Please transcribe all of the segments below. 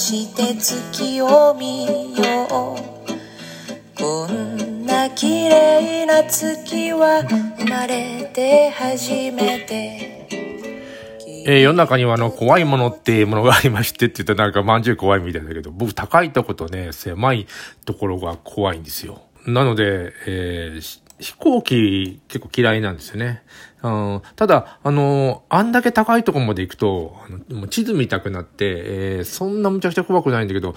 して月を見よう。こんな綺麗な月は生まれて初めて。 世の中には怖いものっていうものがありましてって言ったらなんかまんじゅう怖いみたいだけど、僕高いとことね、狭いところが怖いんですよ。なので、飛行機結構嫌いなんですよね。ただ、あんだけ高いところまで行くと、もう地図見たくなって、そんなむちゃくちゃ怖くないんだけど、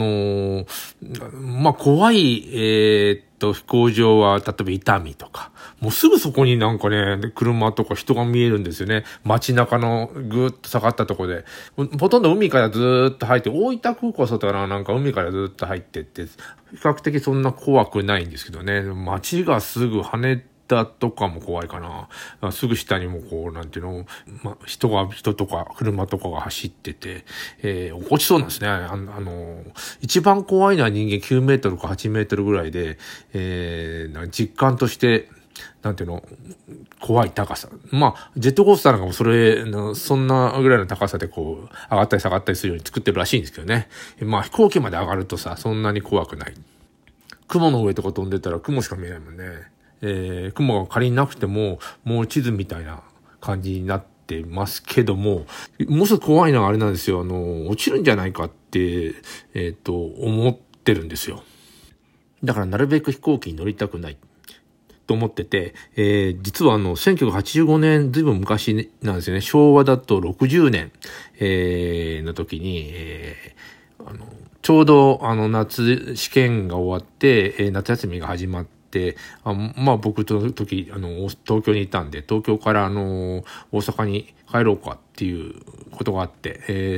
まあ、怖い、飛行場は、例えば伊丹とか、もうすぐそこになんかね、車とか人が見えるんですよね。街中のぐーっと下がったところで。ほとんど海からずーっと入って、大分空港外からなんか海からずーっと入ってって、比較的そんな怖くないんですけどね。街がすぐ羽田とかも怖いかな。すぐ下にもこう、なんていうの、人とか車とかが走ってて、落っこちそうなんですね。一番怖いのは人間9メートルか8メートルぐらいで、実感として、なんていうの、怖い高さ。まあ、ジェットコースターなんかもそんなぐらいの高さでこう、上がったり下がったりするように作ってるらしいんですけどね。まあ、飛行機まで上がるとさ、そんなに怖くない。雲の上とか飛んでたら雲しか見えないもんね。雲が仮になくても、もう地図みたいな感じになってますけども、もうすぐ怖いのはあれなんですよ。落ちるんじゃないかって、思ってるんですよ。だからなるべく飛行機に乗りたくない。と思ってて、実は1985年、ずいぶん昔なんですよね。昭和だと60年、の時に、ちょうど夏試験が終わって、夏休みが始まって、まあ僕と時、東京にいたんで、東京から大阪に帰ろうかっていうことがあって、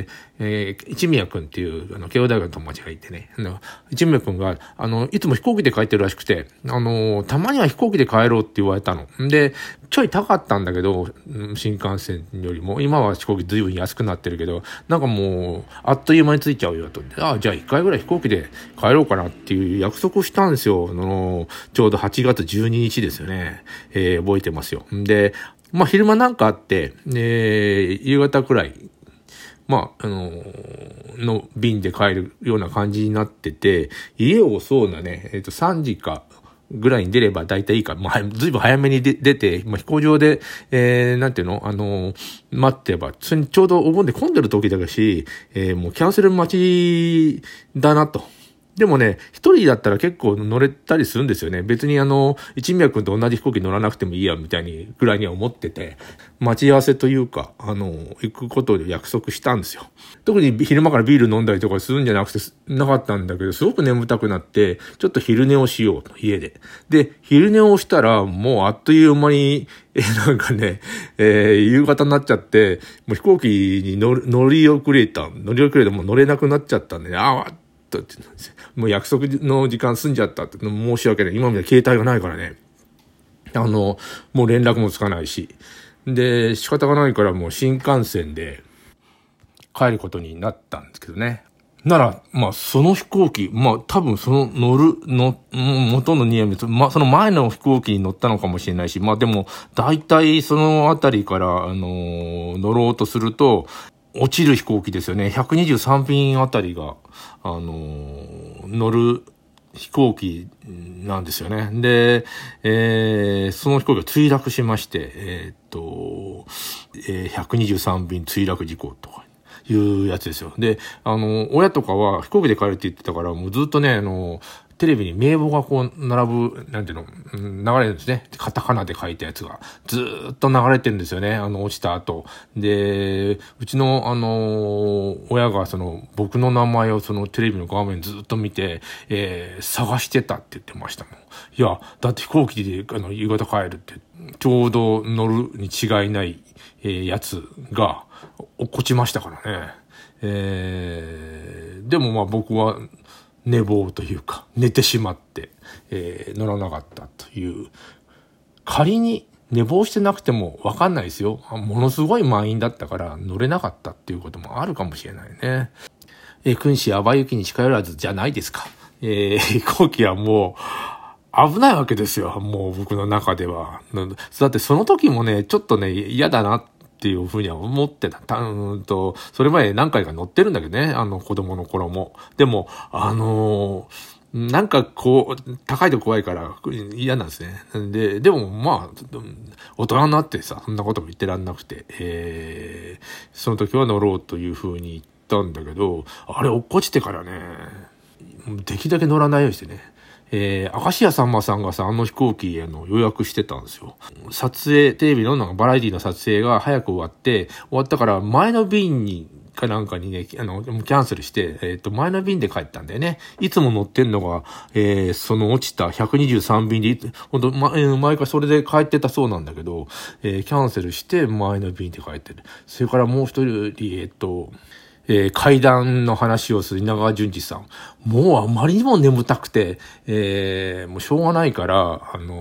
一宮くんっていう、慶応大学の友達がいてね、一宮くんが、いつも飛行機で帰ってるらしくて、たまには飛行機で帰ろうって言われたの。で、ちょい高かったんだけど、新幹線よりも、今は飛行機ずいぶん安くなってるけど、なんかもう、あっという間に着いちゃうよと。じゃあ一回ぐらい飛行機で帰ろうかなっていう約束をしたんですよ。ちょうど8月12日ですよね。覚えてますよ。で、まあ、昼間なんかあって、夕方くらい、まあ、の便で帰るような感じになってて、家をそうなね、3時かぐらいに出れば大体いいか、まあ、ずいぶん早めに出て、まあ、飛行場で、なんていうの待ってば、ちょうどお盆で混んでる時だし、もうキャンセル待ちだなと。でもね、一人だったら結構乗れたりするんですよね。別に一宮くんと同じ飛行機乗らなくてもいいや、みたいにぐらいには思ってて、待ち合わせというか、行くことで約束したんですよ。特に昼間からビール飲んだりとかするんじゃなくて、なかったんだけど、すごく眠たくなって、ちょっと昼寝をしようと、家で。で、昼寝をしたら、もうあっという間に、なんかね、夕方になっちゃって、もう飛行機に乗り遅れてもう乗れなくなっちゃったんでね、もう約束の時間済んじゃったって申し訳ない。今まで携帯がないからね。もう連絡もつかないし。で、仕方がないからもう新幹線で帰ることになったんですけどね。なら、まあ、その飛行機、まあ、多分元のニアミス、まあ、その前の飛行機に乗ったのかもしれないし、まあでも、大体そのあたりから、乗ろうとすると、落ちる飛行機ですよね。123便あたりが、乗る飛行機なんですよね。で、その飛行機が墜落しまして、123便墜落事故とかいうやつですよ。で、親とかは飛行機で帰るって言ってたから、もうずっとね、テレビに名簿がこう並ぶ、なんていうの、流れるんですね。カタカナで書いたやつが。ずーっと流れてるんですよね。落ちた後。で、うちの、親が僕の名前をテレビの画面ずっと見て、探してたって言ってましたもん。いや、だって飛行機で、夕方帰るって、ちょうど乗るに違いない、やつが、落っこちましたからね。でもまあ僕は、寝坊というか、寝てしまって、乗らなかったという。仮に寝坊してなくてもわかんないですよ。ものすごい満員だったから乗れなかったっていうこともあるかもしれないね。君子あばゆきに近寄らずじゃないですか。飛行機はもう危ないわけですよ。もう僕の中では。だってその時もね、ちょっとね、嫌だなっっていうふうには思ってた。それまで何回か乗ってるんだけどね、子供の頃も。でも、なんかこう、高いと怖いから嫌なんですね。でもまあ、大人になってさ、そんなことも言ってらんなくて、その時は乗ろうというふうに言ったんだけど、あれ落っこちてからね、できるだけ乗らないようにしてね。明石家さんまさんがさ、飛行機予約してたんですよ。撮影、テレビのバラエティの撮影が早く終わったから前の便に、かなんかにね、キャンセルして、前の便で帰ったんだよね。いつも乗ってんのが、その落ちた123便で、毎回それで帰ってたそうなんだけど、キャンセルして前の便で帰ってる。それからもう一人、階段の話をする稲川淳二さん。もうあまりにも眠たくて、もうしょうがないから、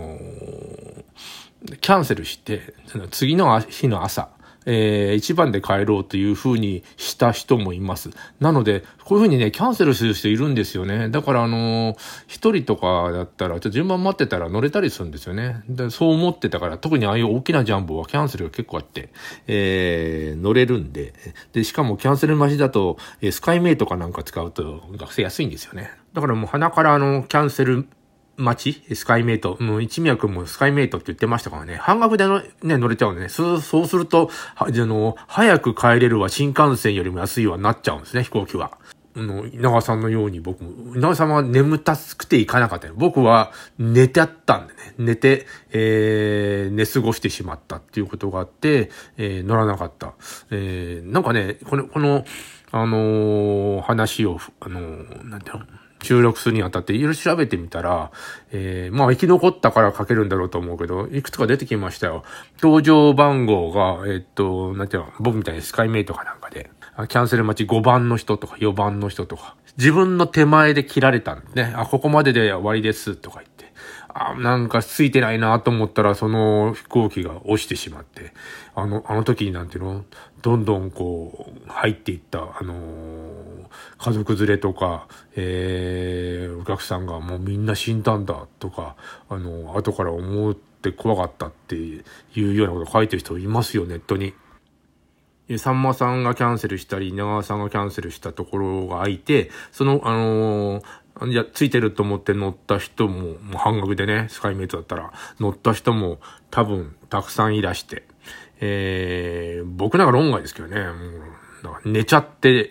キャンセルして、次の日の朝、一番で帰ろうという風にした人もいます。なので、こういう風にね、キャンセルする人いるんですよね。だから一人とかだったら、ちょっと順番待ってたら乗れたりするんですよね。でそう思ってたから、特にああいう大きなジャンボはキャンセルが結構あって、乗れるんで。で、しかもキャンセル待ちだと、スカイメイトかなんか使うと学生安いんですよね。だからもう鼻からキャンセルスカイメイト。もう一宮くんもスカイメイトって言ってましたからね。半額で乗れちゃうんでね。そうすると、早く帰れるわ、新幹線よりも安いわ、なっちゃうんですね、飛行機は。稲川さんのように僕も、稲川さんは眠たくて行かなかったよ。僕は寝てあったんでね。寝て、寝過ごしてしまったっていうことがあって、乗らなかった。なんかね、この、話を、なんていうの、収録するにあたっていろいろ調べてみたら、まあ生き残ったから書けるんだろうと思うけど、いくつか出てきましたよ。搭乗番号が、なんていうの、僕みたいにスカイメイトかなんかで、キャンセル待ち5番の人とか4番の人とか、自分の手前で切られたんですね。ここまでで終わりですとか言って。なんかついてないなと思ったら、その飛行機が落ちてしまって、あの時になんていうの、どんどんこう、入っていった、家族連れとか、お客さんがもうみんな死んだんだとか、後から思って怖かったっていうようなこと書いてる人いますよ、ネットに。さんまさんがキャンセルしたり、稲川さんがキャンセルしたところが空いて、その、ついてると思って乗った人も、もう半額でね、スカイメイトだったら、乗った人も多分たくさんいらして、僕なんか論外ですけどね、もうだから寝ちゃって、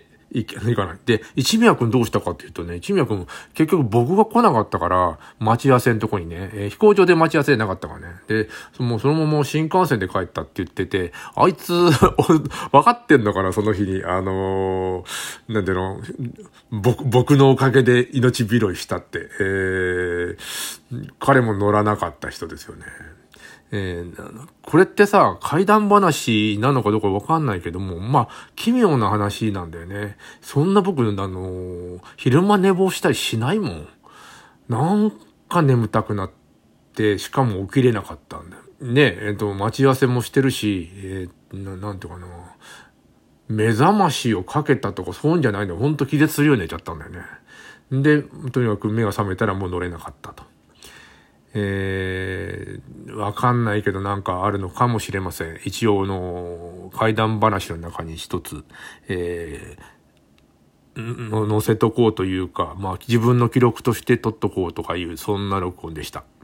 いかない。で、一宮くんどうしたかっていうとね、一宮くん結局僕が来なかったから、待ち合わせのとこにね、飛行場で待ち合わせなかったからね。で、もうそのまま新幹線で帰ったって言ってて、あいつ、分かってんのかな、その日に。なんていうの、僕のおかげで命拾いしたって、彼も乗らなかった人ですよね。これってさ、怪談話なのかどうかわかんないけども、まあ、奇妙な話なんだよね。そんな僕、昼間寝坊したりしないもん。なんか眠たくなって、しかも起きれなかったんだよ。ね、待ち合わせもしてるし、なんていうかな。目覚ましをかけたとか、そういうんじゃないんだよ。ほんと気絶するように寝ちゃったんだよね。で、とにかく目が覚めたらもう乗れなかったと。わかんないけどなんかあるのかもしれません。一応怪談話の中に一つ、載せとこうというか、まあ自分の記録として取っとこうとかいう、そんな録音でした。